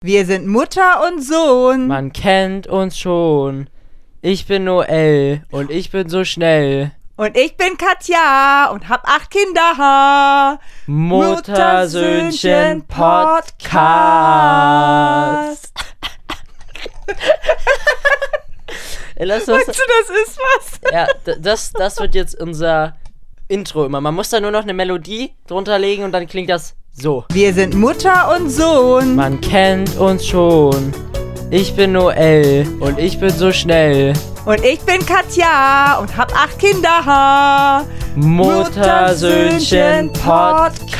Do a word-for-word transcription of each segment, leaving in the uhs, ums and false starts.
Wir sind Mutter und Sohn. Man kennt uns schon. Ich bin Noel und ich bin so schnell. Und ich bin Katja und hab acht Kinder. Muttersöhnchen Podcast. Lass das, Meinst du, das ist was? Ja, d- das, das wird jetzt unser Intro immer. Man muss da nur noch eine Melodie drunter legen und dann klingt das so. Wir sind Mutter und Sohn. Man kennt uns schon. Ich bin Noel und ich bin so schnell. Und ich bin Katja und hab acht Kinder. Muttersöhnchen Podcast.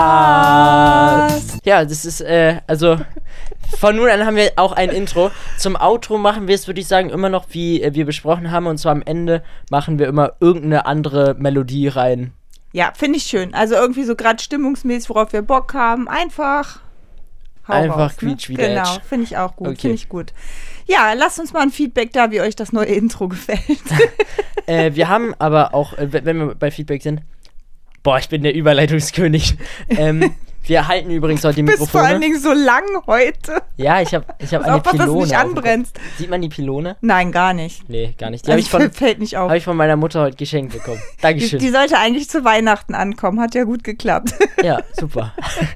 Ja, das ist, äh, also, von nun an haben wir auch ein Intro. Zum Outro machen wir es, würde ich sagen, immer noch, wie äh, wir besprochen haben. Und zwar am Ende machen wir immer irgendeine andere Melodie rein. Ja, finde ich schön. Also irgendwie so gerade stimmungsmäßig, worauf wir Bock haben. Einfach hau Einfach raus, quietsch ne? wie der Genau, Edge. finde ich auch gut. Okay. Finde ich gut. Ja, lasst uns mal ein Feedback da, wie euch das neue Intro gefällt. äh, wir haben aber auch, äh, wenn wir bei Feedback sind, boah, ich bin der Überleitungskönig. ähm, wir halten übrigens heute die Du bist Mikrofone. vor allen Dingen so lang heute. Ja, ich habe ich hab Pass eine auf, dass du Pylone. nicht auf dem anbrennst. Kopf. Sieht man die Pylone? Nein, gar nicht. Nee, gar nicht. Die habe Also, ich, von- fällt nicht auf. hab ich von meiner Mutter heute geschenkt bekommen. Die, Dankeschön. die sollte eigentlich zu Weihnachten ankommen. Hat ja gut geklappt. Ja, super.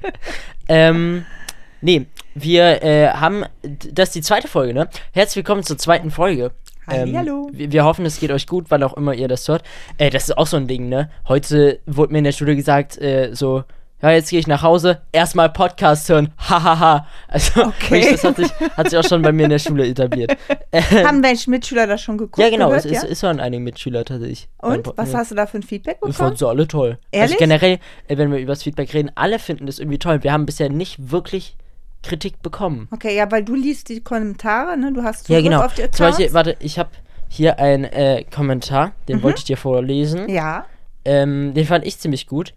ähm, nee, wir äh, haben, das ist die zweite Folge, ne? Herzlich willkommen zur zweiten Folge. Hallihallo. Ähm, wir, wir hoffen, es geht euch gut, wann auch immer ihr das hört. Äh, das ist auch so ein Ding, ne? Heute wurde mir in der Schule gesagt, äh, so, ja, jetzt gehe ich nach Hause, erstmal Podcast hören, hahaha. Also, Okay. wirklich, das hat sich, hat sich auch schon bei mir in der Schule etabliert. Haben welche Mitschüler das schon geguckt? Ja, genau, gehört, es ja? ist, ist so an einigen Mitschüler tatsächlich. Und? Beim- Was ja. hast du da für ein Feedback Ich bekommen? fand sie alle toll. Ehrlich? Also generell, äh, wenn wir über das Feedback reden, alle finden das irgendwie toll. Wir haben bisher nicht wirklich Kritik bekommen. Okay, ja, weil du liest die Kommentare, ne? Du hast Ja, Zugriff genau. auf die Zum Accounts. Beispiel, warte, ich habe hier einen äh, Kommentar, den Mhm. wollte ich dir vorlesen. Ja. Ähm, den fand ich ziemlich gut.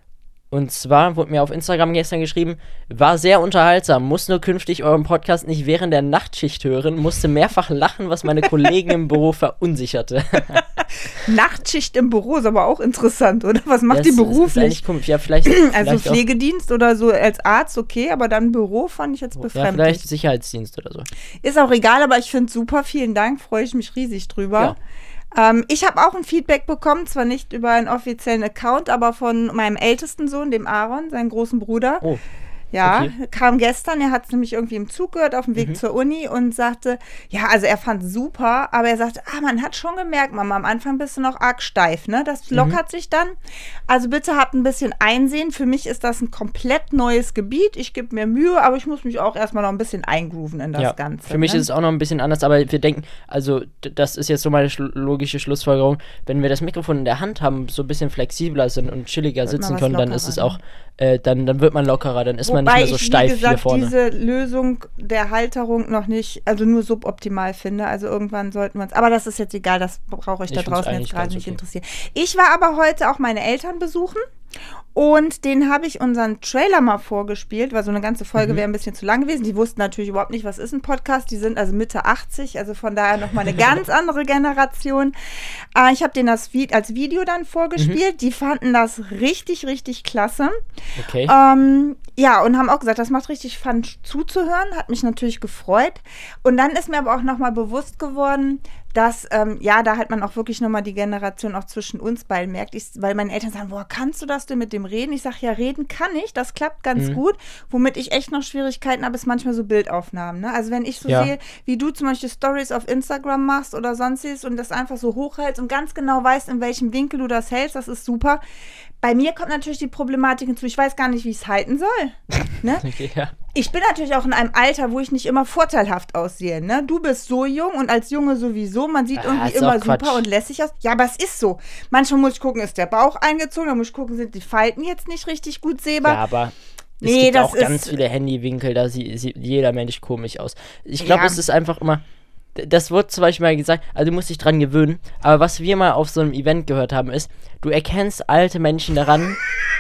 Und zwar wurde mir auf Instagram gestern geschrieben, war sehr unterhaltsam, muss nur künftig euren Podcast nicht während der Nachtschicht hören, musste mehrfach lachen, was meine Kollegen im Büro verunsicherte. Nachtschicht im Büro ist aber auch interessant, oder? Was macht Das die ist- Ist beruflich? eigentlich komisch. Ja, vielleicht, Also vielleicht auch, Pflegedienst oder so als Arzt, okay, aber dann Büro fand ich jetzt ja, befremdlich. vielleicht Sicherheitsdienst oder so. Ist auch egal, aber ich finde es super, vielen Dank, freue ich mich riesig drüber. Ja. Ähm, ich habe auch ein Feedback bekommen, zwar nicht über einen offiziellen Account, aber von meinem ältesten Sohn, dem Aaron, seinen großen Bruder. Oh. Ja, Okay. kam gestern, er hat es nämlich irgendwie im Zug gehört, auf dem Weg Mhm. zur Uni und sagte, ja, also er fand es super, aber er sagte, ah, man hat schon gemerkt, Mama, am Anfang bist du noch arg steif, ne? Das lockert sich dann. Also bitte habt ein bisschen Einsehen. Für mich ist das ein komplett neues Gebiet. Ich gebe mir Mühe, aber ich muss mich auch erstmal noch ein bisschen eingrooven in das Ja, Ganze. für mich ne? ist es auch noch ein bisschen anders, aber wir denken, also d- das ist jetzt so meine schl- logische Schlussfolgerung, wenn wir das Mikrofon in der Hand haben, so ein bisschen flexibler sind und chilliger Wird man sitzen was können, dann lockerer, ist es ne? auch, äh, dann, dann wird man lockerer, dann ist man Wobei nicht mehr so ich, steif wie gesagt, hier vorne. diese Lösung der Halterung noch nicht, also nur suboptimal finde. Also irgendwann sollten wir uns, aber das ist jetzt egal, das brauche ich da Ich find's draußen eigentlich jetzt gerade ganz nicht okay. interessieren. Ich war aber heute auch meine Eltern besuchen und denen habe ich unseren Trailer mal vorgespielt, weil so eine ganze Folge Mhm. wäre ein bisschen zu lang gewesen. Die wussten natürlich überhaupt nicht, was ist ein Podcast. Die sind also Mitte achtzig, also von daher nochmal eine ganz andere Generation. Äh, ich habe denen das Vi- als Video dann vorgespielt. Mhm. Die fanden das richtig, richtig klasse. Okay. Ähm, ja, und haben auch gesagt, das macht richtig Fun zuzuhören, hat mich natürlich gefreut. Und dann ist mir aber auch nochmal bewusst geworden, dass, ähm, ja, da halt man auch wirklich nochmal die Generation auch zwischen uns beiden merkt. Ich, weil meine Eltern sagen, boah, kannst du das denn mit dem Reden? Ich sage, ja, reden kann ich, das klappt ganz Mhm. gut. Womit ich echt noch Schwierigkeiten habe, ist manchmal so Bildaufnahmen. Ne? Also wenn ich so Ja. sehe, wie du zum Beispiel Stories auf Instagram machst oder sonstiges und das einfach so hochhältst und ganz genau weißt, in welchem Winkel du das hältst, das ist super. Bei mir kommt natürlich die Problematik hinzu, ich weiß gar nicht, wie ich es halten soll. Ne? Okay, ja. Ich bin natürlich auch in einem Alter, wo ich nicht immer vorteilhaft aussehe. Ne? Du bist so jung und als Junge sowieso. Man sieht Ah, irgendwie ist immer auch Quatsch. super und lässig aus. Ja, aber es ist so. Manchmal muss ich gucken, ist der Bauch eingezogen, dann muss ich gucken, sind die Falten jetzt nicht richtig gut sehbar. Ja, aber es Nee, gibt das auch ganz ist- viele Handywinkel, da sieht, sieht jeder Mensch komisch aus. Ich glaube, Ja. es ist einfach immer, d- das wird zum Beispiel mal gesagt, also du musst dich dran gewöhnen, aber was wir mal auf so einem Event gehört haben, ist, du erkennst alte Menschen daran,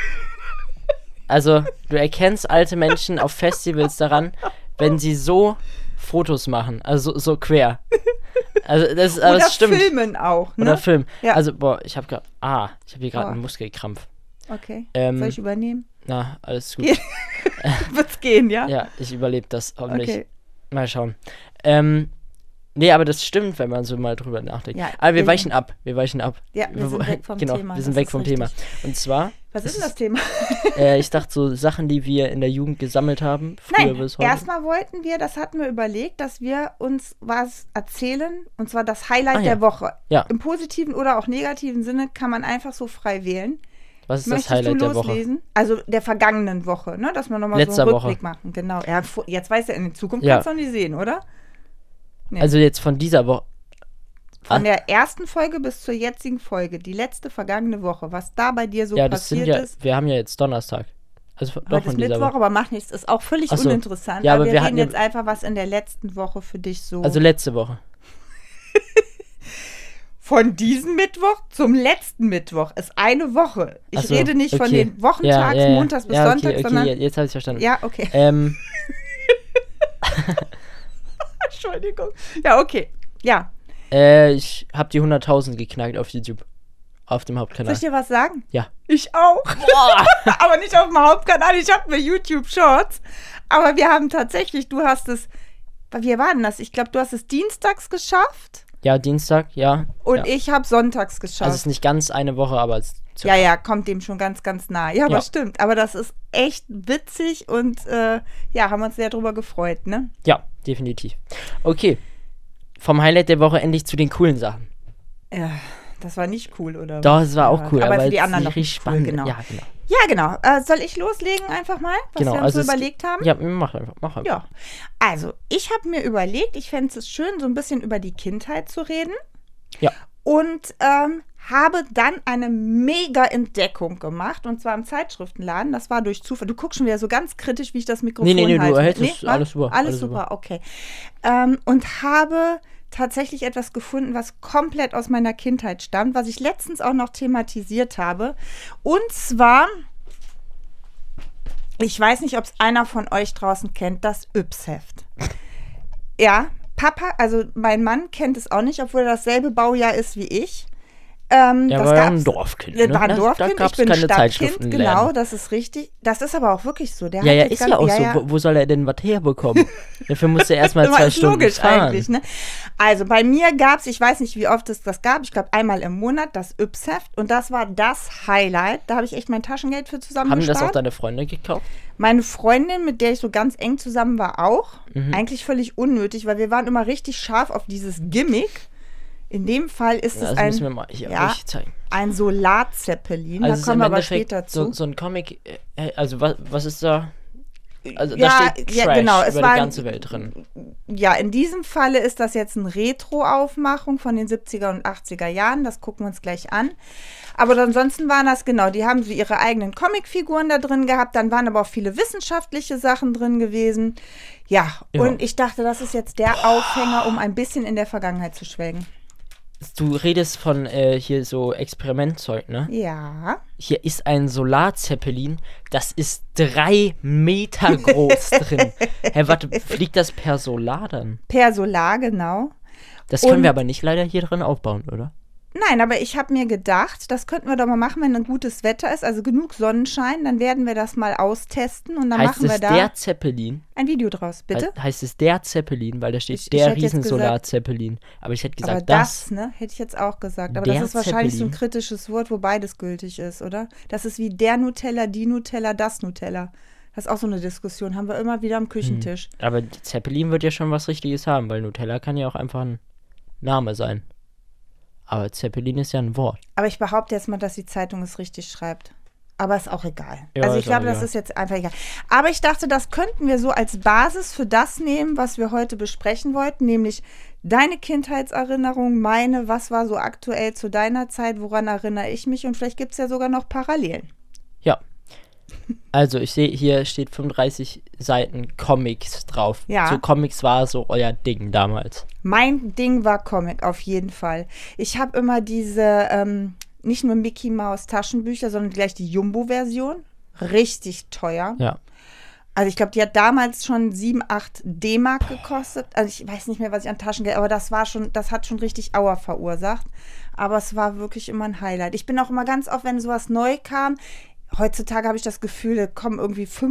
also du erkennst alte Menschen auf Festivals daran, wenn sie so Fotos machen, also so, so quer. Also das, aber Oder das stimmt. filmen auch. Ne? Oder Film. Ja. Also, boah, ich habe gerade, ah, ich habe hier gerade Boah. einen Muskelkrampf. Okay, Ähm, soll ich übernehmen? Na, alles gut. Ja. Wird's gehen, ja? Ja, ich überlebe das hoffentlich. Okay. Mal schauen. Ähm, nee, aber das stimmt, wenn man so mal drüber nachdenkt. Ja, aber wir wir- weichen ab. Wir weichen ab. Ja, wir sind weg vom genau, Thema. wir sind das weg ist vom richtig. Thema. Und zwar, Was ist denn das Thema? äh, ich dachte so Sachen, die wir in der Jugend gesammelt haben, früher Nein, bis heute. erstmal wollten wir, das hatten wir überlegt, dass wir uns was erzählen, und zwar das Highlight Ah, ja. der Woche. Ja. Im positiven oder auch negativen Sinne kann man einfach so frei wählen. Was ist das Möchtest Highlight du der Woche? loslesen? Also der vergangenen Woche, ne? Dass wir nochmal so Letzter einen Woche. Rückblick machen. Genau. Ja, fu- jetzt weißt du, in der Zukunft Ja. kannst du noch nicht sehen, oder? Nee. Also jetzt von dieser Woche. Von Ah. der ersten Folge bis zur jetzigen Folge, die letzte vergangene Woche, was da bei dir so Ja, das sind passiert ja, ist. wir haben ja jetzt Donnerstag. Also doch Heute von ist dieser Mittwoch, Woche. aber macht nichts. Ist auch völlig Ach so. uninteressant. Ja, aber aber wir, wir reden hatten ja- jetzt einfach, was in der letzten Woche für dich so... Also letzte Woche. Von diesem Mittwoch zum letzten Mittwoch ist eine Woche. Ich Ach so, rede nicht von okay. den Wochentags, Ja, ja, ja. Montags bis ja, okay, Sonntags, okay, sondern... ja, jetzt habe ich verstanden. Ja, okay. Ähm, Entschuldigung. Ja, okay. Ja. äh, ich habe die hunderttausend geknackt auf YouTube. Auf dem Soll Hauptkanal. ich dir was sagen? Ja. Ich auch. Aber nicht auf dem Hauptkanal. Ich habe mir YouTube Shorts. Aber wir haben tatsächlich, du hast es, wie war denn das? Ich glaube, du hast es dienstags geschafft Ja, Dienstag, ja. und ja. ich habe sonntags geschafft. Also es ist nicht ganz eine Woche, aber es ist ja, ja, kommt dem schon ganz, ganz nah. Ja, aber Ja. stimmt. Aber das ist echt witzig und äh, ja, haben uns sehr drüber gefreut, ne? Ja, definitiv. Okay. Vom Highlight der Woche endlich zu den coolen Sachen. Ja, das war nicht cool, oder? Doch, es war auch Ja, cool. aber für jetzt die anderen nicht noch richtig nicht cool, spannend. genau. Ja, genau. Ja, genau. Äh, soll ich loslegen einfach mal, was genau. wir uns also so es- überlegt haben? Ja, mach einfach. Mach einfach. Ja, also ich habe mir überlegt, ich fände es schön, so ein bisschen über die Kindheit zu reden. Ja. Und ähm, habe dann eine mega Entdeckung gemacht, und zwar im Zeitschriftenladen. Das war durch Zufall. Du guckst schon wieder so ganz kritisch, wie ich das Mikrofon Nee, nee, nee, du halte. hältst es was? alles super, Alles, alles super, okay. Ähm, und habe tatsächlich etwas gefunden, was komplett aus meiner Kindheit stammt, was ich letztens auch noch thematisiert habe. Und zwar... Ich weiß nicht, ob es einer von euch draußen kennt, das Yps-Heft. Ja, Papa, also mein Mann kennt es auch nicht, obwohl er dasselbe Baujahr ist wie ich. Ähm, Er das war ja ein gab's- Dorfkind. Er Ne? war ein Da- Dorfkind, da gab's ich bin keine Stadtkind, Zeitschriftenläden. genau, das ist richtig. Das ist aber auch wirklich so. Der Ja, hat ja, jetzt ist ganz- ja auch ja, so. ja. Wo, wo soll er denn was herbekommen? Dafür musste er erstmal Aber zwei ist Stunden logisch fahren. eigentlich, ne? Also bei mir gab es, ich weiß nicht, wie oft es das gab, ich glaube einmal im Monat, das Yps-Heft, und das war das Highlight. Da habe ich echt mein Taschengeld für Haben zusammengespart. das auch deine Freunde gekauft? Meine Freundin, mit der ich so ganz eng zusammen war, auch. Mhm. Eigentlich völlig unnötig, weil wir waren immer richtig scharf auf dieses Gimmick. In dem Fall ist Ja, es das müssen wir ein, mal hier ja, richtig zeigen. ein Solarzeppelin. Also Da es ist kommen im wir aber Endeffekt später so, zu. so ein Comic, äh, also was, was ist da? Also Ja, da steht ja, Trash genau, es über war die ein- ganze Welt drin. Ja, in diesem Falle ist das jetzt eine Retro-Aufmachung von den siebziger und achtziger Jahren. Das gucken wir uns gleich an. Aber ansonsten waren das, genau, die haben so ihre eigenen Comicfiguren da drin gehabt. Dann waren aber auch viele wissenschaftliche Sachen drin gewesen. Ja, Ja. und ich dachte, das ist jetzt der Aufhänger, um ein bisschen in der Vergangenheit zu schwelgen. Du redest von äh, hier so Experimentzeug, ne? Ja. Hier ist ein Solarzeppelin, das ist drei Meter groß drin. Hä, warte, fliegt das per Solar dann? Per Solar, genau. Das können Und- wir aber nicht leider hier drin aufbauen, oder? Nein, aber ich habe mir gedacht, das könnten wir doch mal machen, wenn ein gutes Wetter ist, also genug Sonnenschein, dann werden wir das mal austesten und dann heißt machen wir es da der Zeppelin? ein Video draus, bitte. He heißt es der Zeppelin, weil da steht Ich- ich der hätte jetzt Riesensolarzeppelin. Aber ich hätte gesagt, aber das. das, ne, hätte ich jetzt auch gesagt. Aber Der das ist wahrscheinlich so ein Zeppelin. kritisches Wort, wo beides gültig ist, oder? Das ist wie der Nutella, die Nutella, das Nutella. Das ist auch so eine Diskussion, haben wir immer wieder am Küchentisch. Aber Zeppelin wird ja schon was Richtiges haben, weil Nutella kann ja auch einfach ein Name sein. Aber Zeppelin ist ja ein Wort. Aber ich behaupte jetzt mal, dass die Zeitung es richtig schreibt. Aber ist auch egal. Ja, also ich ist auch glaube, das egal. ist jetzt einfach egal. Aber ich dachte, das könnten wir so als Basis für das nehmen, was wir heute besprechen wollten, nämlich deine Kindheitserinnerung, meine, was war so aktuell zu deiner Zeit, woran erinnere ich mich, und vielleicht gibt es ja sogar noch Parallelen. Ja. Also ich sehe, hier steht fünfunddreißig Seiten Comics drauf. Ja. So Comics war so euer Ding damals. Mein Ding war Comic, auf jeden Fall. Ich habe immer diese, ähm, nicht nur Mickey Mouse Taschenbücher, sondern gleich die Jumbo-Version. Richtig teuer. Ja. Also ich glaube, die hat damals schon sieben, acht D-Mark gekostet. Also ich weiß nicht mehr, was ich an Taschengeld, aber das war schon, das hat schon richtig Auer verursacht. Aber es war wirklich immer ein Highlight. Ich bin auch immer ganz oft, wenn sowas neu kam, heutzutage habe ich das Gefühl, da kommen irgendwie fünf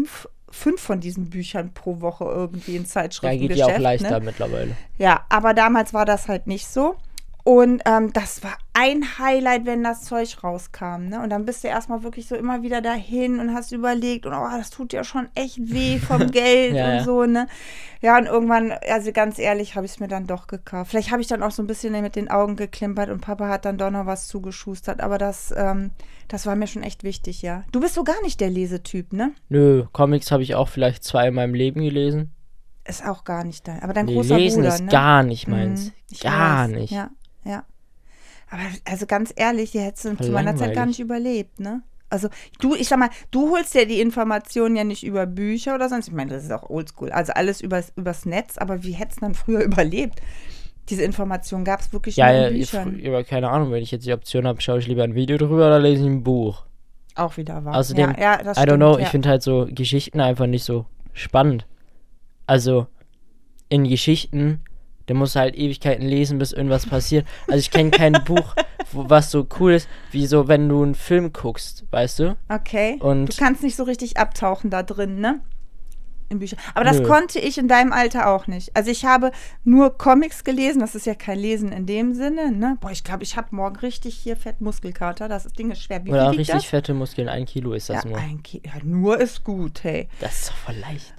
fünf von diesen Büchern pro Woche irgendwie in Ja, Zeitschriftengeschäft. geht ja auch leichter ne? mittlerweile. Ja, aber damals war das halt nicht so. Und ähm, das war ein Highlight, wenn das Zeug rauskam. Ne? Und dann bist du erstmal wirklich so immer wieder dahin und hast überlegt, und oh, das tut ja schon echt weh vom Geld ja, und ja. so. Ne? Ja, und irgendwann, also ganz ehrlich, habe ich es mir dann doch gekauft. Vielleicht habe ich dann auch so ein bisschen mit den Augen geklimpert und Papa hat dann doch noch was zugeschustert. Aber das, ähm, das war mir schon echt wichtig, ja. Du bist so gar nicht der Lesetyp, ne? Nö, Comics habe ich auch vielleicht zwei in meinem Leben gelesen. Ist auch gar nicht dein. Aber dein Nee, großer Lesen Bruder, ist ne? gar nicht meins. Mhm, ich gar weiß. nicht. Ja, ja. Aber also ganz ehrlich, die hättest du Voll zu meiner Zeit gar langweilig. nicht überlebt, ne? Also du, ich sag mal, du holst ja die Informationen ja nicht über Bücher oder sonst. Ich meine, das ist auch oldschool. Also alles übers, übers Netz, aber wie hättest du dann früher überlebt? Diese Informationen gab es wirklich Ja, nur ja, in ich, Büchern. aber keine Ahnung, wenn ich jetzt die Option habe, schaue ich lieber ein Video drüber oder lese ich ein Buch. Auch wieder wahr. Außerdem, ja, ja, das I don't stimmt, know, ja. ich finde halt so Geschichten einfach nicht so spannend. Also, in Geschichten, da musst du halt Ewigkeiten lesen, bis irgendwas passiert. Also ich kenne kein Buch, wo, was so cool ist, wie so, wenn du einen Film guckst, weißt du? Okay. Und- du kannst nicht so richtig abtauchen da drin, ne? In Büchern. Aber das Nö. konnte ich in deinem Alter auch nicht. Also ich habe nur Comics gelesen, das ist ja kein Lesen in dem Sinne, ne? Boah, ich glaube, ich habe morgen richtig hier fett Muskelkater, das Ding ist schwer. Wie Oder viel wiegt richtig das? fette Muskeln, ein Kilo ist das Ja, nur. ein Ki- ja, nur ist gut, hey. Das ist doch voll leicht.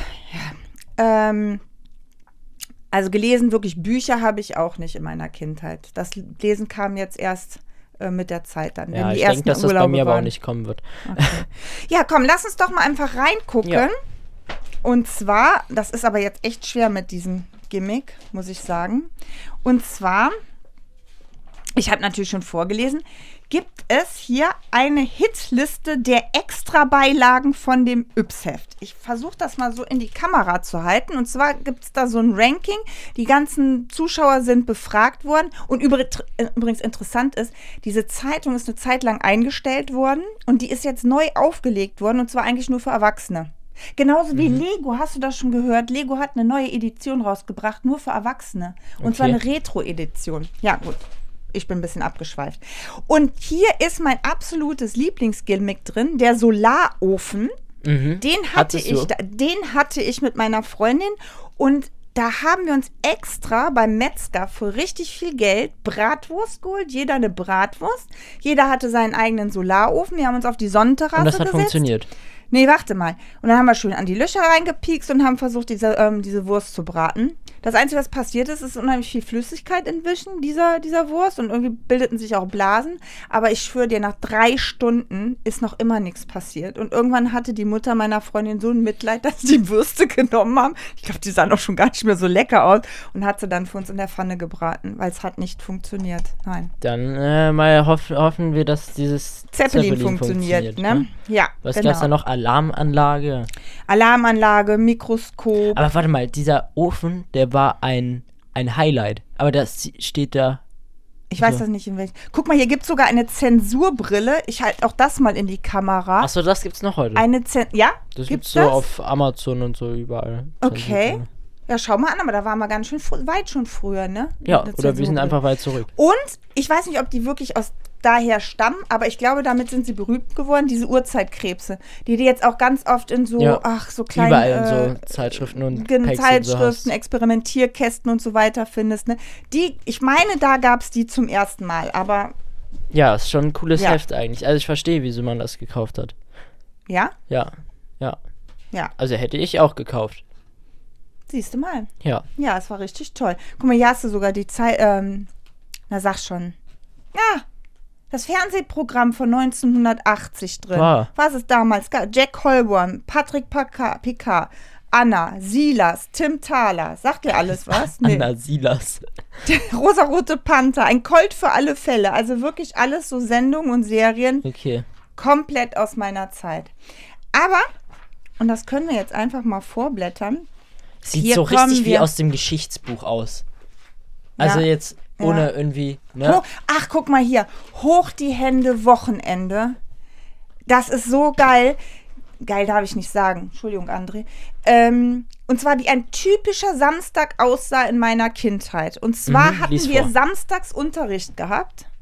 Ähm, also gelesen, wirklich Bücher habe ich auch nicht in meiner Kindheit. Das Lesen kam jetzt erst äh, mit der Zeit dann, wenn Ja, die ich ersten denke, dass das bei Urlaube mir aber auch waren. nicht kommen wird. Okay. Ja, komm, lass uns doch mal einfach reingucken. Ja. Und zwar, das ist aber jetzt echt schwer mit diesem Gimmick, muss ich sagen. Und zwar, ich habe natürlich schon vorgelesen, gibt es hier eine Hitliste der Extra-Beilagen von dem Yps-Heft. Ich versuche das mal so in die Kamera zu halten. Und zwar gibt es da so ein Ranking. Die ganzen Zuschauer sind befragt worden. Und übrigens interessant ist, diese Zeitung ist eine Zeit lang eingestellt worden und die ist jetzt neu aufgelegt worden und zwar eigentlich nur für Erwachsene. Genauso wie Mhm. Lego, hast du das schon gehört? Lego hat eine neue Edition rausgebracht, nur für Erwachsene. Und Okay. zwar eine Retro-Edition. Ja, gut. Ich bin ein bisschen abgeschweift. Und hier ist mein absolutes Lieblingsgimmick drin, der Solarofen. Mhm. Den hatte Hattest ich, du? da- den hatte ich mit meiner Freundin und da haben wir uns extra beim Metzger für richtig viel Geld Bratwurst geholt. Jeder eine Bratwurst. Jeder hatte seinen eigenen Solarofen. Wir haben uns auf die Sonnenterrasse Und das hat gesetzt. funktioniert. Nee, warte mal. Und dann haben wir schön an die Löcher reingepiekst und haben versucht, diese, ähm, diese Wurst zu braten. Das Einzige, was passiert ist, ist unheimlich viel Flüssigkeit entwischen dieser, dieser Wurst und irgendwie bildeten sich auch Blasen. Aber ich schwöre dir, nach drei Stunden ist noch immer nichts passiert. Und irgendwann hatte die Mutter meiner Freundin so ein Mitleid, dass sie die Würste genommen haben. Ich glaube, die sahen auch schon gar nicht mehr so lecker aus und hat sie dann für uns in der Pfanne gebraten, weil es hat nicht funktioniert. Nein. Dann äh, mal hoff, hoffen wir, dass dieses Zeppelin, funktioniert, ne? Ja, Was genau. gab's da noch? Alarmanlage. Alarmanlage, Mikroskop. Aber warte mal, dieser Ofen, der war ein, ein Highlight. Aber das steht da. Ich weiß So. das nicht in welchem. Guck mal, hier gibt es sogar eine Zensurbrille. Ich halte auch das mal in die Kamera. Achso, das gibt's noch heute. Eine Zen ja? das gibt's gibt's so das? auf Amazon und so überall. Okay. Ja, schau mal an, aber da waren wir ganz schön fr- weit schon früher, ne? Ja, Eine oder wir sind Zensurbrille. einfach weit zurück. Und ich weiß nicht, ob die wirklich aus daher stammen, aber ich glaube, damit sind sie berühmt geworden, diese Urzeitkrebse, die du jetzt auch ganz oft in so, Ja. ach, so kleinen Überall in äh, so Zeitschriften und Gen- Packs und so Zeitschriften, hast. Experimentierkästen und so weiter findest, ne? Die, ich meine, da gab es die zum ersten Mal, aber Ja, ist schon ein cooles Ja. Heft eigentlich. Also ich verstehe, wieso man das gekauft hat. ja, Ja, ja. ja, Also hätte ich auch gekauft. siehst du mal. Ja. Ja, es war richtig toll. Guck mal, hier hast du sogar die Zeit, ähm, na sag schon. Ja, das Fernsehprogramm von neunzehnhundertachtzig drin. Wow. Was es damals gab. Jack Holborn, Patrick Paca- Picard, Anna, Silas, Tim Thaler. Sagt dir alles was? Anna Silas. Rosarote Panther, ein Colt für alle Fälle. Also wirklich alles so Sendungen und Serien Okay. komplett aus meiner Zeit. Aber, und das können wir jetzt einfach mal vorblättern. Sieht Hier so richtig kommen wie wir- aus dem Geschichtsbuch aus. Also Ja. jetzt ohne Ja. irgendwie, ne? Hoch, ach, guck mal hier. Hoch die Hände, Wochenende. Das ist so geil. Geil darf ich nicht sagen. Entschuldigung, André. Ähm, und zwar, wie ein typischer Samstag aussah in meiner Kindheit. Und zwar Mhm, hatten lies wir vor. Samstagsunterricht gehabt.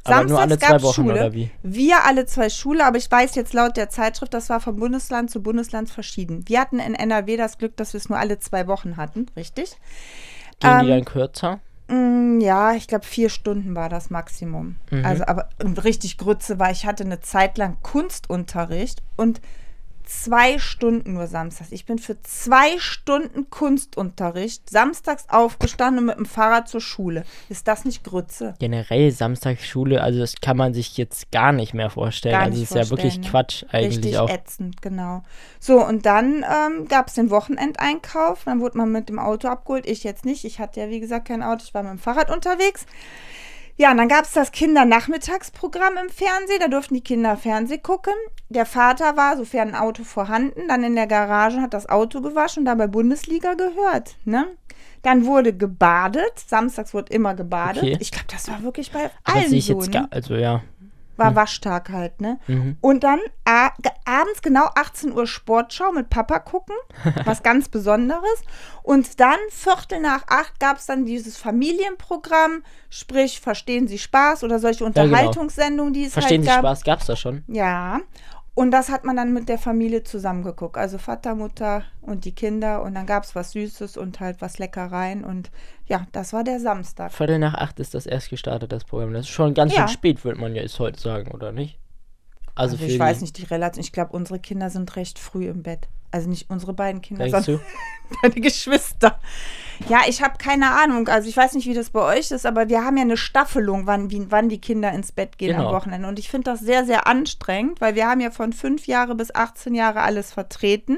Aber nur alle zwei gab's Wochen, Schule. oder wie? Wir alle zwei Schule, aber ich weiß jetzt laut der Zeitschrift, das war von Bundesland zu Bundesland verschieden. Wir hatten in N R W das Glück, dass wir es nur alle zwei Wochen hatten, richtig? Gehen Ähm, die dann kürzer? Mm, Ja, ich glaube, vier Stunden war das Maximum. Mhm. Also, aber und richtig Grütze war, ich hatte eine Zeit lang Kunstunterricht und zwei Stunden nur samstags. Ich bin für zwei Stunden Kunstunterricht samstags aufgestanden und mit dem Fahrrad zur Schule. Ist das nicht Grütze? Generell Samstagsschule, also das kann man sich jetzt gar nicht mehr vorstellen. Gar also nicht das ist ja wirklich vorstellen, ne? Quatsch eigentlich Richtig auch. ätzend, genau. So, und dann ähm, gab es den Wochenendeinkauf. Dann wurde man mit dem Auto abgeholt. Ich jetzt nicht. Ich hatte ja, wie gesagt, kein Auto. Ich war mit dem Fahrrad unterwegs. Ja, und dann gab es das Kindernachmittagsprogramm im Fernsehen. Da durften die Kinder Fernsehen gucken. Der Vater war, sofern ein Auto vorhanden, dann in der Garage und hat das Auto gewaschen und dabei Bundesliga gehört. Ne? Dann wurde gebadet. Samstags wurde immer gebadet. Okay. Ich glaube, das war wirklich bei Aber allen sehe ich so. jetzt Ne? gar, also ja. War Hm. Waschtag halt, ne? Mhm. Und dann a- ge- abends genau achtzehn Uhr Sportschau mit Papa gucken, was ganz Besonderes. Und dann Viertel nach acht gab es dann dieses Familienprogramm, sprich Verstehen Sie Spaß oder solche genau. Unterhaltungssendungen, die es Verstehen halt Sie gab. Spaß, gab's da schon? Ja, und das hat man dann mit der Familie zusammengeguckt. Also Vater, Mutter und die Kinder. Und dann gab es was Süßes und halt was Leckereien. Und ja, das war der Samstag. Viertel nach acht ist das erst gestartet, das Programm. Das ist schon ganz Ja. schön spät, würde man ja jetzt heute sagen, oder nicht? Also, Also für ich die, weiß nicht, die Relation. Ich glaube, unsere Kinder sind recht früh im Bett. Also nicht unsere beiden Kinder, Denkst sondern du? meine Geschwister. Ja, ich habe keine Ahnung. Also ich weiß nicht, wie das bei euch ist, aber wir haben ja eine Staffelung, wann, wie, wann die Kinder ins Bett gehen Genau. am Wochenende. Und ich finde das sehr, sehr anstrengend, weil wir haben ja von fünf Jahre bis achtzehn Jahre alles vertreten.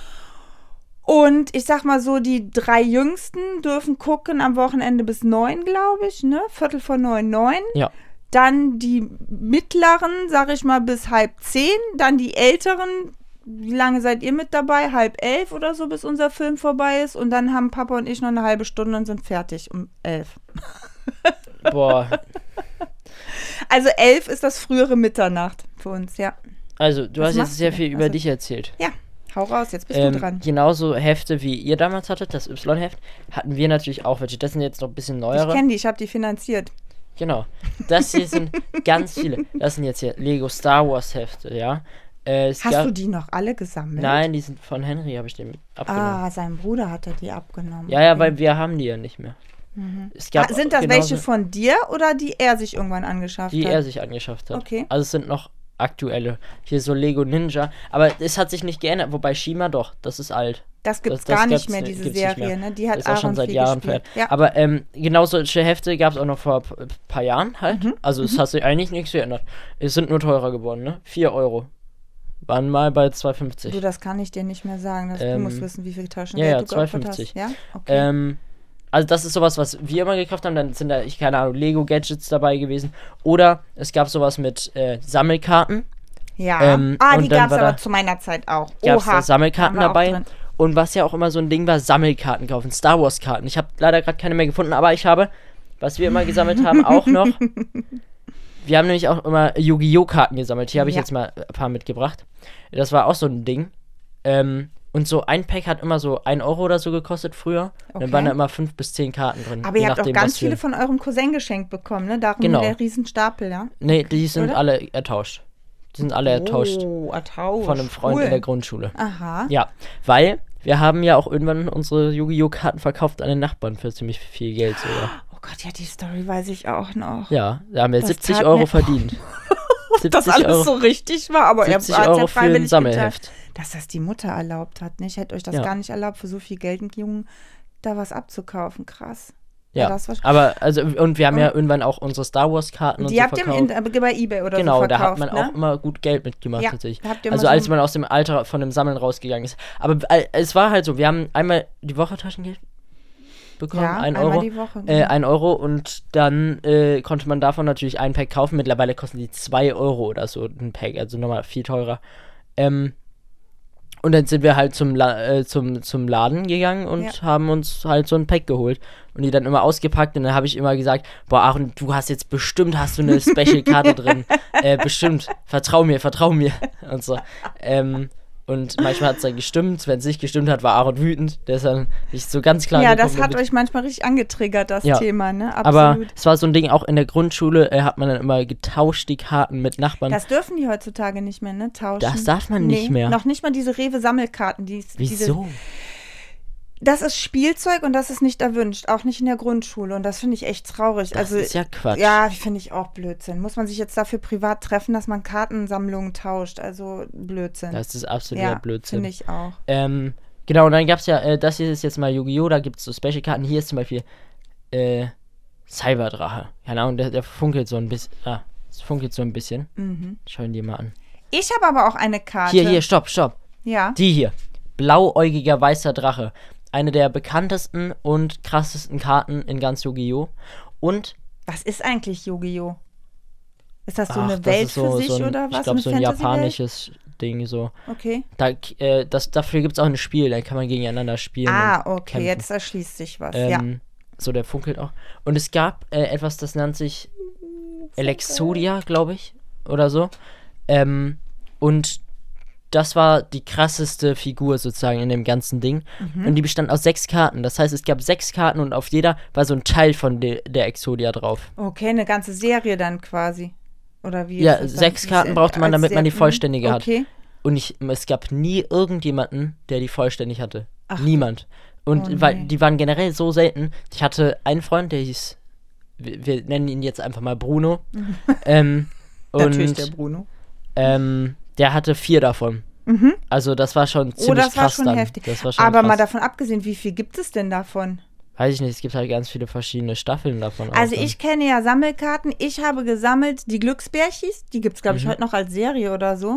Und ich sag mal so, die drei Jüngsten dürfen gucken am Wochenende bis neun, glaube ich, ne? Viertel vor neun, neun. Ja. Dann die mittleren, sag ich mal, bis halb zehn. Dann die älteren, wie lange seid ihr mit dabei? Halb elf oder so, bis unser Film vorbei ist. Und dann haben Papa und ich noch eine halbe Stunde und sind fertig um elf. Boah, Also elf ist das frühere Mitternacht für uns, ja. also du Was hast machst jetzt du sehr denn? viel über Also- dich erzählt. Ja, hau raus, jetzt bist Ähm, du dran. genauso Hefte, wie ihr damals hattet, das Y-Heft, hatten wir natürlich auch welche. Das sind jetzt noch ein bisschen Ich neuere. kenne die, ich habe die finanziert. Genau. Das hier sind ganz viele. Das sind jetzt hier Lego Star Wars Hefte, ja. Äh, es Hast gab, du die noch alle gesammelt? Nein, die sind von Henry, habe ich den abgenommen. Ah, sein Bruder hat er die abgenommen. Ja, ja, Okay. weil wir haben die ja nicht mehr. Es gab Ah, sind das genauso, welche von dir oder die er sich irgendwann angeschafft die hat? er sich angeschafft hat. Okay. Also es sind noch aktuelle. Hier so Lego Ninja. Aber es hat sich nicht geändert, wobei Shima doch, das ist alt. Das gibt es Das- das gar nicht gibt's mehr, ni- diese gibt's nicht Serie. mehr. Ne? Die hat ist auch schon Aaron seit viel Jahren gespielt. fährt. Ja. Aber ähm, genau solche Hefte gab es auch noch vor ein paar Jahren halt. Mhm. Also es hat sich eigentlich nichts geändert. Es sind nur teurer geworden, ne? vier Euro. Waren mal bei zwei fünfzig. Du, das kann ich dir nicht mehr sagen. Das, du Ähm, musst wissen, wie viel Taschen ja, ja, du geopfert zwei fünfzig. hast. Ja, okay. Ähm, also das ist sowas, was wir immer gekauft haben. Dann sind da, ich keine Ahnung, Lego-Gadgets dabei gewesen. Oder es gab sowas mit äh, Sammelkarten. ja. ähm, ah, und die dann gab es war aber da- zu meiner Zeit auch. Gab es Oha. da Sammelkarten Waren wir auch dabei. drin. Und was ja auch immer so ein Ding war, Sammelkarten kaufen, Star Wars-Karten. Ich habe leider gerade keine mehr gefunden, aber ich habe, was wir immer gesammelt haben, auch noch. Wir haben nämlich auch immer Yu-Gi-Oh! Karten gesammelt. Hier habe ich Ja. jetzt mal ein paar mitgebracht. Das war auch so ein Ding. Ähm, und so ein Pack hat immer so ein Euro oder so gekostet früher. Okay. Dann waren da immer fünf bis zehn Karten drin. Aber je ihr habt auch nachdem, ganz was für- viele von eurem Cousin geschenkt bekommen, ne? Darum Genau. der Riesenstapel, ja? Nee, die sind Oder? alle ertauscht. Die sind alle ertauscht. Oh, ertauscht. Von einem Freund cool. in der Grundschule. Aha. Ja, weil wir haben ja auch irgendwann unsere Yu-Gi-Oh! Karten verkauft an den Nachbarn für ziemlich viel Geld sogar. Oh Gott, ja, die Story weiß ich auch noch. Ja, da haben wir Das siebzig tat Euro mir- verdient. Das alles Euro, so richtig war, aber er siebzig hat Euro ja für ein freiwillig Sammelheft. getan. Dass das die Mutter erlaubt hat, nicht? Hätte euch das Ja. gar nicht erlaubt, für so viel Geld einen Jungen da was abzukaufen. Krass. Ja, Ja, das war- aber also und wir haben ja irgendwann auch unsere Star Wars Karten und Die so habt ihr verkauft. im, in, bei eBay oder Genau, so da verkauft, hat man ne? auch immer gut Geld mitgemacht Ja, tatsächlich. da habt ihr immer Also so als ein- man aus dem Alter von dem Sammeln rausgegangen ist. Aber äh, es war halt so, wir haben einmal die Woche Taschengeld bekommen, Ja, ein einmal Euro. die Woche. Äh, ein Euro und dann äh, konnte man davon natürlich ein Pack kaufen. Mittlerweile kosten die zwei Euro oder so ein Pack, also nochmal viel teurer. Ähm, und dann sind wir halt zum, La äh, zum, zum Laden gegangen und Ja. haben uns halt so ein Pack geholt und die dann immer ausgepackt und dann habe ich immer gesagt, boah Aaron, du hast jetzt bestimmt, hast du eine Special-Karte drin, äh, bestimmt, vertrau mir, vertrau mir und so. Ähm, Und manchmal hat es dann gestimmt. Wenn es nicht gestimmt hat, war Aaron wütend. Der ist dann nicht so ganz klar. Ja, das hat euch manchmal richtig angetriggert, das ja. Thema, ne? Absolut. Aber es war so ein Ding, auch in der Grundschule äh, hat man dann immer getauscht, die Karten mit Nachbarn. Das dürfen die heutzutage nicht mehr, ne? Tauschen. Das darf man nicht nee, mehr. Noch nicht mal diese Rewe-Sammelkarten. Die, Wieso? Diese, das ist Spielzeug und das ist nicht erwünscht, auch nicht in der Grundschule. Und das finde ich echt traurig. Das also, ist ja Quatsch. Ja, finde ich auch Blödsinn. Muss man sich jetzt dafür privat treffen, dass man Kartensammlungen tauscht? Also Blödsinn. Das ist absoluter ja, Blödsinn. finde ich auch. Ähm, genau, und dann gab es ja, äh, das hier ist jetzt mal Yu-Gi-Oh!, da gibt es so Special-Karten. Hier ist zum Beispiel äh, Cyberdrache. Keine Ahnung, der, der funkelt so ein bisschen. Ah, es funkelt so ein bisschen. Mhm. Schauen die mal an. Ich habe aber auch eine Karte. Hier, hier, stopp, stopp. Ja. Die hier. Blauäugiger weißer Drache. Eine der bekanntesten und krassesten Karten in ganz Yu-Gi-Oh! Und Was ist eigentlich Yu-Gi-Oh? Ist das so ach, eine das Welt ist so, für sich so ein, oder was? Ich glaube, so ein Fantasy-Welt? japanisches Ding so. Okay. Da, äh, das, dafür gibt es auch ein Spiel, da kann man gegeneinander spielen. Ah, und okay, kämpfen. jetzt erschließt sich was, ähm, ja. So, der funkelt auch. Und es gab äh, etwas, das nennt sich Elexodia, glaube ich, oder so. Ähm, und das war die krasseste Figur sozusagen in dem ganzen Ding. Mhm. Und die bestand aus sechs Karten. Das heißt, es gab sechs Karten und auf jeder war so ein Teil von de- der Exodia drauf. Okay, eine ganze Serie dann quasi. Oder wie? Ja, ist das sechs dann? Karten brauchte man, Als damit man die Ser- vollständige hat. Okay. Und ich, es gab nie irgendjemanden, der die vollständig hatte. Ach. Niemand. Und Oh, nee. weil die waren generell so selten. Ich hatte einen Freund, der hieß, wir, wir nennen ihn jetzt einfach mal Bruno. ähm, Natürlich der und Bruno. ähm, der hatte vier davon. Mhm. Also das war schon ziemlich Oh, das war krass schon dann. heftig. Das war schon Aber krass. mal davon abgesehen, wie viel gibt es denn davon? Weiß ich nicht, es gibt halt ganz viele verschiedene Staffeln davon. Also auch, ne? ich kenne ja Sammelkarten. Ich habe gesammelt die Glücksbärchis. Die gibt es, glaube ich, Mhm. heute noch als Serie oder so.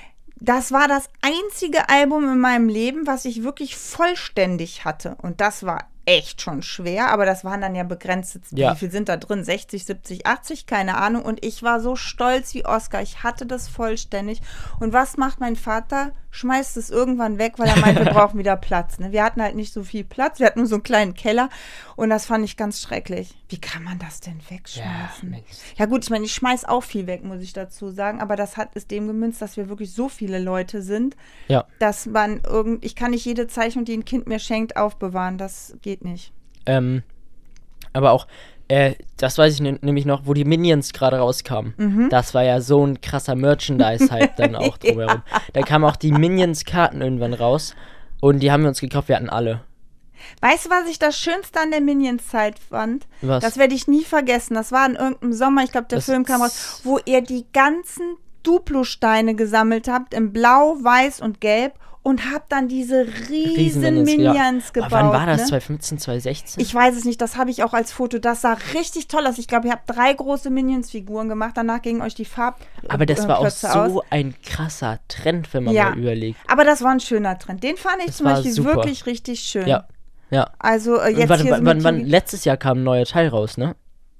Das war das einzige Album in meinem Leben, was ich wirklich vollständig hatte. Und das war echt schon schwer, aber das waren dann ja begrenzte, Ja. wie viel sind da drin? sechzig, siebzig, achtzig, keine Ahnung. Und ich war so stolz wie Oscar. Ich hatte das vollständig. Und was macht mein Vater? Schmeißt es irgendwann weg, weil er meint, wir brauchen wieder Platz. Ne? Wir hatten halt nicht so viel Platz. Wir hatten nur so einen kleinen Keller. Und das fand ich ganz schrecklich. Wie kann man das denn Ja, wegschmeißen? Mensch. Ja gut, ich meine, ich schmeiß auch viel weg, muss ich dazu sagen. Aber das hat ist dem gemünzt, dass wir wirklich so viele Leute sind, Ja. dass man irgend, ich kann nicht jede Zeichnung, die ein Kind mir schenkt, aufbewahren. Das geht nicht. Ähm, aber auch, äh, das weiß ich ne- nämlich noch, wo die Minions gerade rauskamen. Mhm. Das war ja so ein krasser Merchandise-Hype dann auch drumherum. Da kamen auch die Minions-Karten irgendwann raus und die haben wir uns gekauft, wir hatten alle. Weißt du, was ich das Schönste an der Minions-Zeit fand? Was? Das werde ich nie vergessen. Das war in irgendeinem Sommer, ich glaube, der Das- Film kam raus, wo ihr die ganzen Duplo-Steine gesammelt habt, in Blau, Weiß und Gelb und habt dann diese riesen, Riesen Minions, ja. gebaut. Aber wann war das? Ne? zwanzig fünfzehn, zwanzig sechzehn? Ich weiß es nicht, das habe ich auch als Foto. Das sah richtig toll aus. Ich glaube, ihr habt drei große Minions-Figuren gemacht. Danach gingen euch die Farb. Aber das war auch Klötze so aus. ein krasser Trend, wenn man Ja. mal überlegt. Aber das war ein schöner Trend. Den fand ich Das zum war Beispiel super. wirklich richtig schön. Ja, ja. Also äh, Und jetzt wann, hier so wann, wann, mit wann, Yu-Gi- letztes Jahr kam ein neuer Teil raus, ne?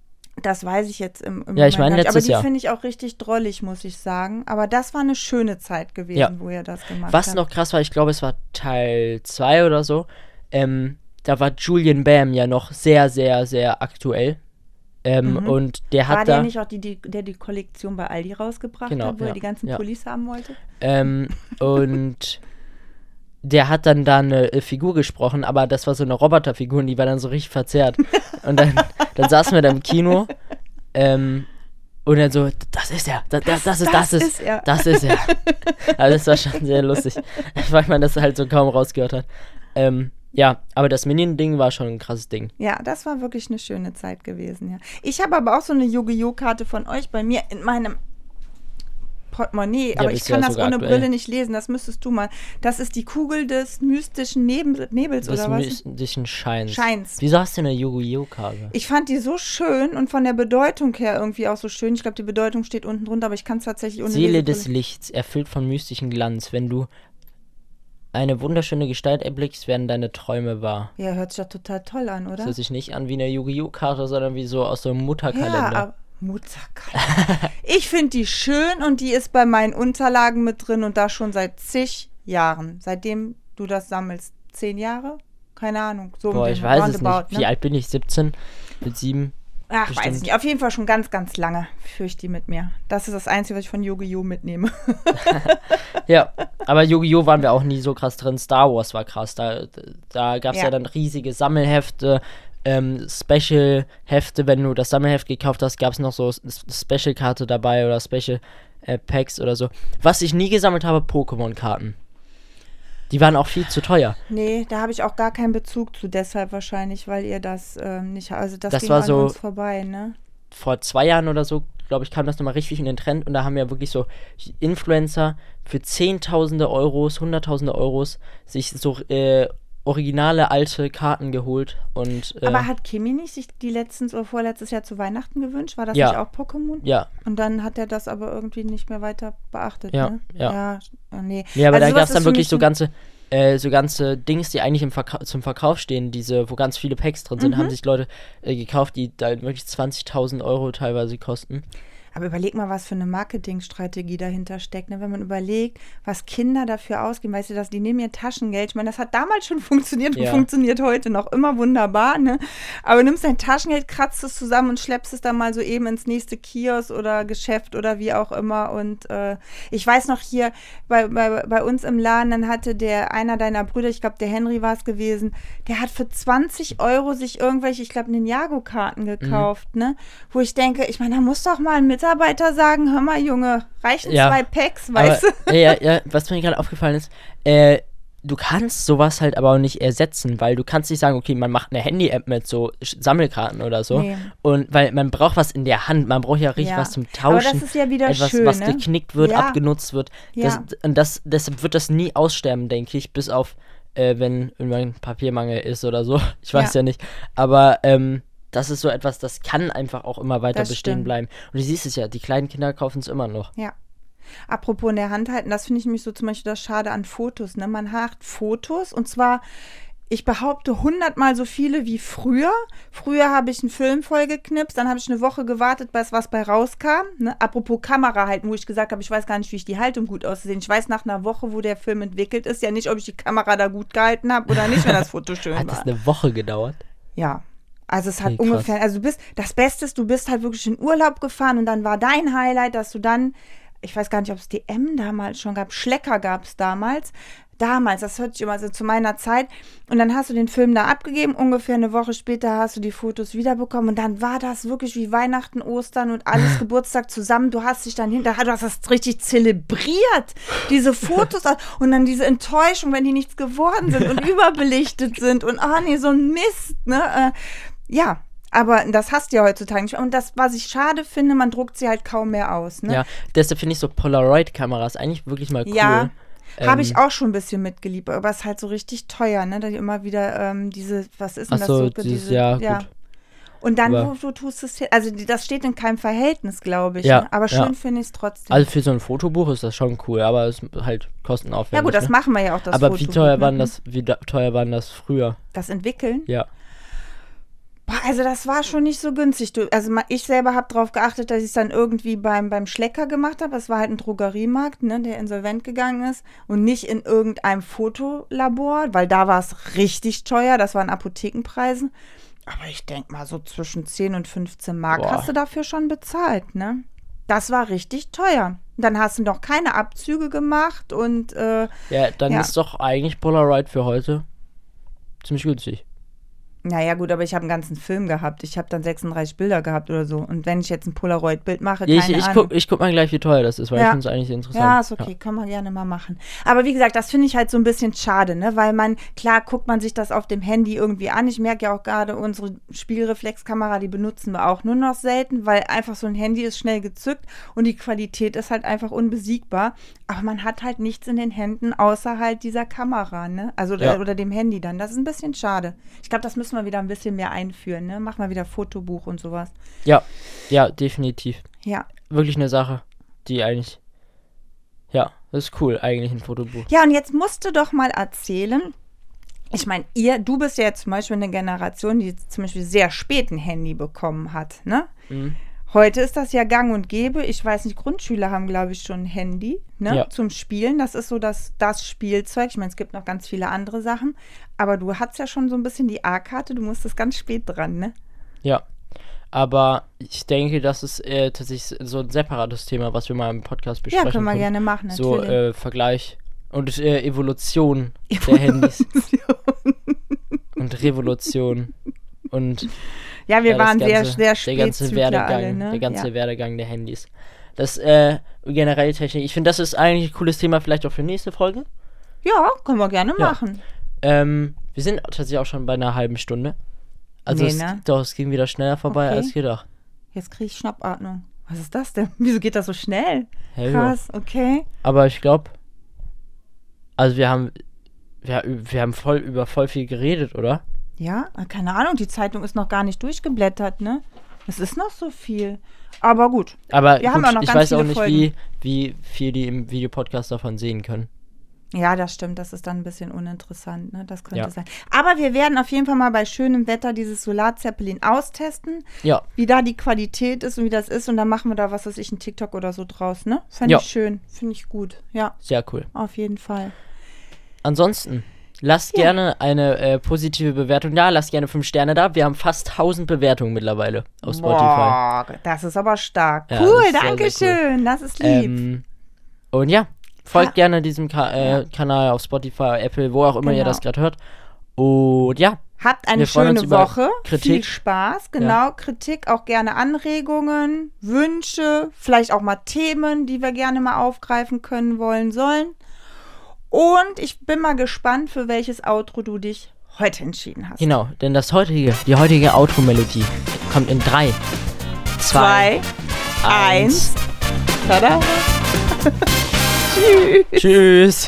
Das weiß ich jetzt im, im Ja, ich Moment meine gar nicht. letztes Aber die Jahr. finde ich auch richtig drollig, muss ich sagen. Aber das war eine schöne Zeit gewesen, Ja. wo ihr das gemacht Was habt. noch krass war, ich glaube, es war Teil zwei oder so. Ähm, da war Julian Bam ja noch sehr, sehr, sehr aktuell. Ähm, Mhm. Und der War hat der da. nicht auch die, die, der die Kollektion bei Aldi rausgebracht Genau, hat, wo ja, er die ganzen ja. Pullis haben wollte? Ähm, und der hat dann da eine äh, Figur gesprochen, aber das war so eine Roboterfigur und die war dann so richtig verzerrt. Und dann, dann saßen wir da im Kino ähm, und dann so, das ist er, das, das, das ist, das, das ist, ist er. das ist er. Also das war schon sehr lustig, weil man das halt so kaum rausgehört hat. Ähm, ja, aber das Minion-Ding war schon ein krasses Ding. Ja, das war wirklich eine schöne Zeit gewesen, ja. Ich habe aber auch so eine Yu-Gi-Oh! Karte von euch bei mir in meinem Portemonnaie, aber ich bist kann ja das sogar ohne aktuell. Brille nicht lesen, das müsstest du mal. Das ist die Kugel des mystischen Nebel, Nebels, Des oder was? mystischen Scheins. Scheins. Wieso hast du eine Yu-Gi-Oh-Karte? Ich fand die so schön und von der Bedeutung her irgendwie auch so schön. Ich glaube, die Bedeutung steht unten drunter, aber ich kann es tatsächlich ohne Seele Lesebrille- des Lichts, erfüllt von mystischem Glanz. Wenn du eine wunderschöne Gestalt erblickst, werden deine Träume wahr. Ja, hört sich ja total toll an, oder? Das hört sich nicht an wie eine Yu-Gi-Oh-Karte, sondern wie so aus so einem Ja, Mutterkalender. aber Mutterkalender. Ich finde die schön und die ist bei meinen Unterlagen mit drin und da schon seit zig Jahren. Seitdem du das sammelst. Zehn Jahre? Keine Ahnung. So um Boah, den ich weiß es Roundabout, nicht. Wie alt bin ich? siebzehn? Mit sieben? Ach, Bestimmt. weiß ich nicht. Auf jeden Fall schon ganz, ganz lange führe ich die mit mir. Das ist das Einzige, was ich von Yu-Gi-Oh! Mitnehme. Ja, aber Yu-Gi-Oh! Waren wir auch nie so krass drin. Star Wars war krass. Da, da gab es ja. ja dann riesige Sammelhefte, ähm, Special-Hefte. Wenn du das Sammelheft gekauft hast, gab es noch so Special-Karte dabei oder Special-Packs oder so. Was ich nie gesammelt habe, Pokémon-Karten. Die waren auch viel zu teuer. Nee, da habe ich auch gar keinen Bezug zu, deshalb wahrscheinlich, weil ihr das ähm, nicht, also das, das ging war an so uns vorbei, ne? Vor zwei Jahren oder so, glaube ich, kam das nochmal richtig in den Trend und da haben ja wirklich so Influencer für Zehntausende Euros, Hunderttausende Euros sich so äh, originale alte Karten geholt. Und, äh, aber hat Kimi nicht sich die letztens oder vorletztes Jahr zu Weihnachten gewünscht? War das ja. nicht auch Pokémon? Ja. Und dann hat er das aber irgendwie nicht mehr weiter beachtet, ja, ne? Ja, ja. Oh, nee. Ja, aber also da gab es dann wirklich so ein ganze, äh, so ganze Dings, die eigentlich im Verka- zum Verkauf stehen, diese, wo ganz viele Packs drin sind, Mhm. haben sich Leute äh, gekauft, die da wirklich zwanzigtausend Euro teilweise kosten. Aber überleg mal, was für eine Marketingstrategie dahinter steckt, ne? Wenn man überlegt, was Kinder dafür ausgeben, weißt du, dass die nehmen ihr Taschengeld, ich meine, das hat damals schon funktioniert und Ja. funktioniert heute noch immer wunderbar, ne? Aber du nimmst dein Taschengeld, kratzt es zusammen und schleppst es dann mal so eben ins nächste Kiosk oder Geschäft oder wie auch immer. Und äh, ich weiß noch hier bei, bei, bei uns im Laden, dann hatte der, einer deiner Brüder, ich glaube, der Henry war es gewesen, der hat für zwanzig Euro sich irgendwelche, ich glaube, Ninjago-Karten gekauft, mhm. ne? Wo ich denke, ich meine, da muss doch mal ein Mitarbeiter sagen, hör mal, Junge, reichen Ja, zwei Packs, weißt aber, du? Ja, ja, was mir gerade aufgefallen ist, äh, du kannst sowas halt aber auch nicht ersetzen, weil du kannst nicht sagen, okay, man macht eine Handy-App mit so Sch- Sammelkarten oder so. Nee. Und weil man braucht was in der Hand, man braucht ja richtig Ja. was zum Aber Tauschen. das ist ja wieder etwas, schön, was ne? geknickt wird, Ja. abgenutzt wird. Ja. Das, und das, deshalb wird das nie aussterben, denke ich, bis auf, äh, wenn irgendwann Papiermangel ist oder so. Ich weiß ja, Ja. nicht. Aber, ähm, das ist so etwas, das kann einfach auch immer weiter Das bestehen stimmt. bleiben. Und du siehst es ja, die kleinen Kinder kaufen es immer noch. Ja. Apropos in der Hand halten, das finde ich nämlich so zum Beispiel das Schade an Fotos, ne? Man hat Fotos und zwar, ich behaupte, hundertmal so viele wie früher. Früher habe ich einen Film vollgeknipst, dann habe ich eine Woche gewartet, bis was bei rauskam. Ne? Apropos Kamera halten, wo ich gesagt habe, ich weiß gar nicht, wie ich die Haltung gut auszusehen. Ich weiß nach einer Woche, wo der Film entwickelt ist, ja nicht, ob ich die Kamera da gut gehalten habe oder nicht, wenn das Foto schön Hat war. das eine Woche gedauert? Ja. Also es hat Okay, krass. ungefähr, also du bist, das Beste ist, du bist halt wirklich in Urlaub gefahren und dann war dein Highlight, dass du dann, ich weiß gar nicht, ob es D M damals schon gab, Schlecker gab es damals, damals, das hört sich immer so zu meiner Zeit und dann hast du den Film da abgegeben, ungefähr eine Woche später hast du die Fotos wiederbekommen und dann war das wirklich wie Weihnachten, Ostern und alles Geburtstag zusammen, du hast dich dann hinter, du hast das richtig zelebriert, diese Fotos und dann diese Enttäuschung, wenn die nichts geworden sind und überbelichtet sind und ah nee, so ein Mist, ne, äh, ja, aber das hast du ja heutzutage nicht. Und das, was ich schade finde, man druckt sie halt kaum mehr aus. Ne? Ja, deshalb finde ich so Polaroid-Kameras eigentlich wirklich mal cool. Ja, Ähm, habe ich auch schon ein bisschen mitgeliebt, aber es ist halt so richtig teuer, ne? Da die immer wieder ähm, diese, was ist denn Ach so, das? dieses, ja, gut. Und dann, Aber- wo du tust es hin, also die, das steht in keinem Verhältnis, glaube ich. Ja, Ne? Aber schön ja. finde ich es trotzdem. Also für so ein Fotobuch ist das schon cool, aber es ist halt kostenaufwendig. ja gut, das ne? machen wir ja auch, das Aber wie Fotobuch, teuer ne? waren das, wie da, teuer waren das früher? Das Entwickeln? Ja. Boah, also das war schon nicht so günstig. Du, also ma- ich selber habe darauf geachtet, dass ich es dann irgendwie beim, beim Schlecker gemacht habe. Es war halt ein Drogeriemarkt, ne, der insolvent gegangen ist und nicht in irgendeinem Fotolabor, weil da war es richtig teuer. Das waren Apothekenpreise. Aber ich denke mal, so zwischen zehn und fünfzehn Mark Boah. hast du dafür schon bezahlt, ne? Das war richtig teuer. Dann hast du noch keine Abzüge gemacht und äh, Ja, dann Ja. ist doch eigentlich Polaroid für heute ziemlich günstig. naja gut, aber ich habe einen ganzen Film gehabt. Ich habe dann sechsunddreißig Bilder gehabt oder so. Und wenn ich jetzt ein Polaroid-Bild mache, Ja, ich, keine ich, Ahnung. guck, ich guck mal gleich, wie teuer das ist, weil Ja. ich finde es eigentlich interessant. Ja, ist okay, kann man gerne mal machen. Aber wie gesagt, das finde ich halt so ein bisschen schade, ne? Weil man, klar guckt man sich das auf dem Handy irgendwie an. Ich merke ja auch gerade, unsere Spiegelreflexkamera, die benutzen wir auch nur noch selten, weil einfach so ein Handy ist schnell gezückt und die Qualität ist halt einfach unbesiegbar. Aber man hat halt nichts in den Händen, außer halt dieser Kamera, ne? Also Ja. oder, oder dem Handy dann. Das ist ein bisschen schade. Ich glaube, das müssen wir wieder ein bisschen mehr einführen, ne? Mach mal wieder Fotobuch und sowas. Ja, ja, definitiv. Ja. Wirklich eine Sache, die eigentlich, ja, das ist cool, eigentlich ein Fotobuch. Ja, und jetzt musst du doch mal erzählen, ich meine, ihr, du bist ja jetzt zum Beispiel eine Generation, die jetzt zum Beispiel sehr spät ein Handy bekommen hat, ne? Mhm. Heute ist das ja gang und gäbe. Ich weiß nicht, Grundschüler haben, glaube ich, schon ein Handy, ne, Ja. zum Spielen. Das ist so das, das Spielzeug. Ich meine, es gibt noch ganz viele andere Sachen. Aber du hast ja schon so ein bisschen die A-Karte. Du musstest ganz spät dran, ne? Ja, Aber ich denke, das ist äh, tatsächlich so ein separates Thema, was wir mal im Podcast besprechen Ja, können wir können. gerne machen, So natürlich. äh, Vergleich und äh, Evolution der Handys und Revolution und Ja, wir ja, das waren sehr, ganze- sehr der ganze Spätzügler Werdegang, alle, ne? der ganze ja. Werdegang der Handys. Das äh, generell Technik. Ich finde, das ist eigentlich ein cooles Thema, vielleicht auch für nächste Folge. ja, können wir gerne Ja. machen. Ähm, wir sind tatsächlich auch schon bei einer halben Stunde. Also Nee, es, ne? doch, es ging wieder schneller vorbei Okay. als gedacht. Jetzt kriege ich Schnappatmung. Was ist das denn? Wieso geht das so schnell? Ja, ja. Krass, okay. Aber ich glaube, also wir haben, wir, wir haben voll über voll viel geredet, oder? Ja, keine Ahnung, die Zeitung ist noch gar nicht durchgeblättert, ne? Es ist noch so viel. Aber gut. Aber Wir haben gut, auch noch ich ganz weiß auch viele nicht, Folgen. wie, wie viel die im Videopodcast davon sehen können. Ja, das stimmt. Das ist dann ein bisschen uninteressant, ne? Das könnte Ja. sein. Aber wir werden auf jeden Fall mal bei schönem Wetter dieses Solarzeppelin austesten, Ja, wie da die Qualität ist und wie das ist. Und dann machen wir da, was weiß ich, einen TikTok oder so draus, ne? Fände Ja. ich schön. Finde ich gut. Ja, sehr cool. auf jeden Fall. Ansonsten, lasst Ja. gerne eine äh, positive Bewertung da, lasst gerne fünf Sterne da. Wir haben fast tausend Bewertungen mittlerweile auf Spotify. Boah, das ist aber stark. Ja, cool, das ist sehr, danke sehr schön. Das ist lieb. Ähm, und ja, folgt Ha. gerne diesem Ka äh, Ja. Kanal auf Spotify, Apple, wo auch immer ihr Genau. das gerade hört. Und ja, Habt eine wir freuen uns schöne über Woche. Kritik. Viel Spaß. Genau, Kritik, auch gerne Anregungen, Wünsche, vielleicht auch mal Themen, die wir gerne mal aufgreifen können, wollen, sollen. Und ich bin mal gespannt, für welches Outro du dich heute entschieden hast. genau, denn das heutige, die heutige Outro-Melodie kommt in drei, zwei, Zwei, eins. eins. Tada. Tschüss.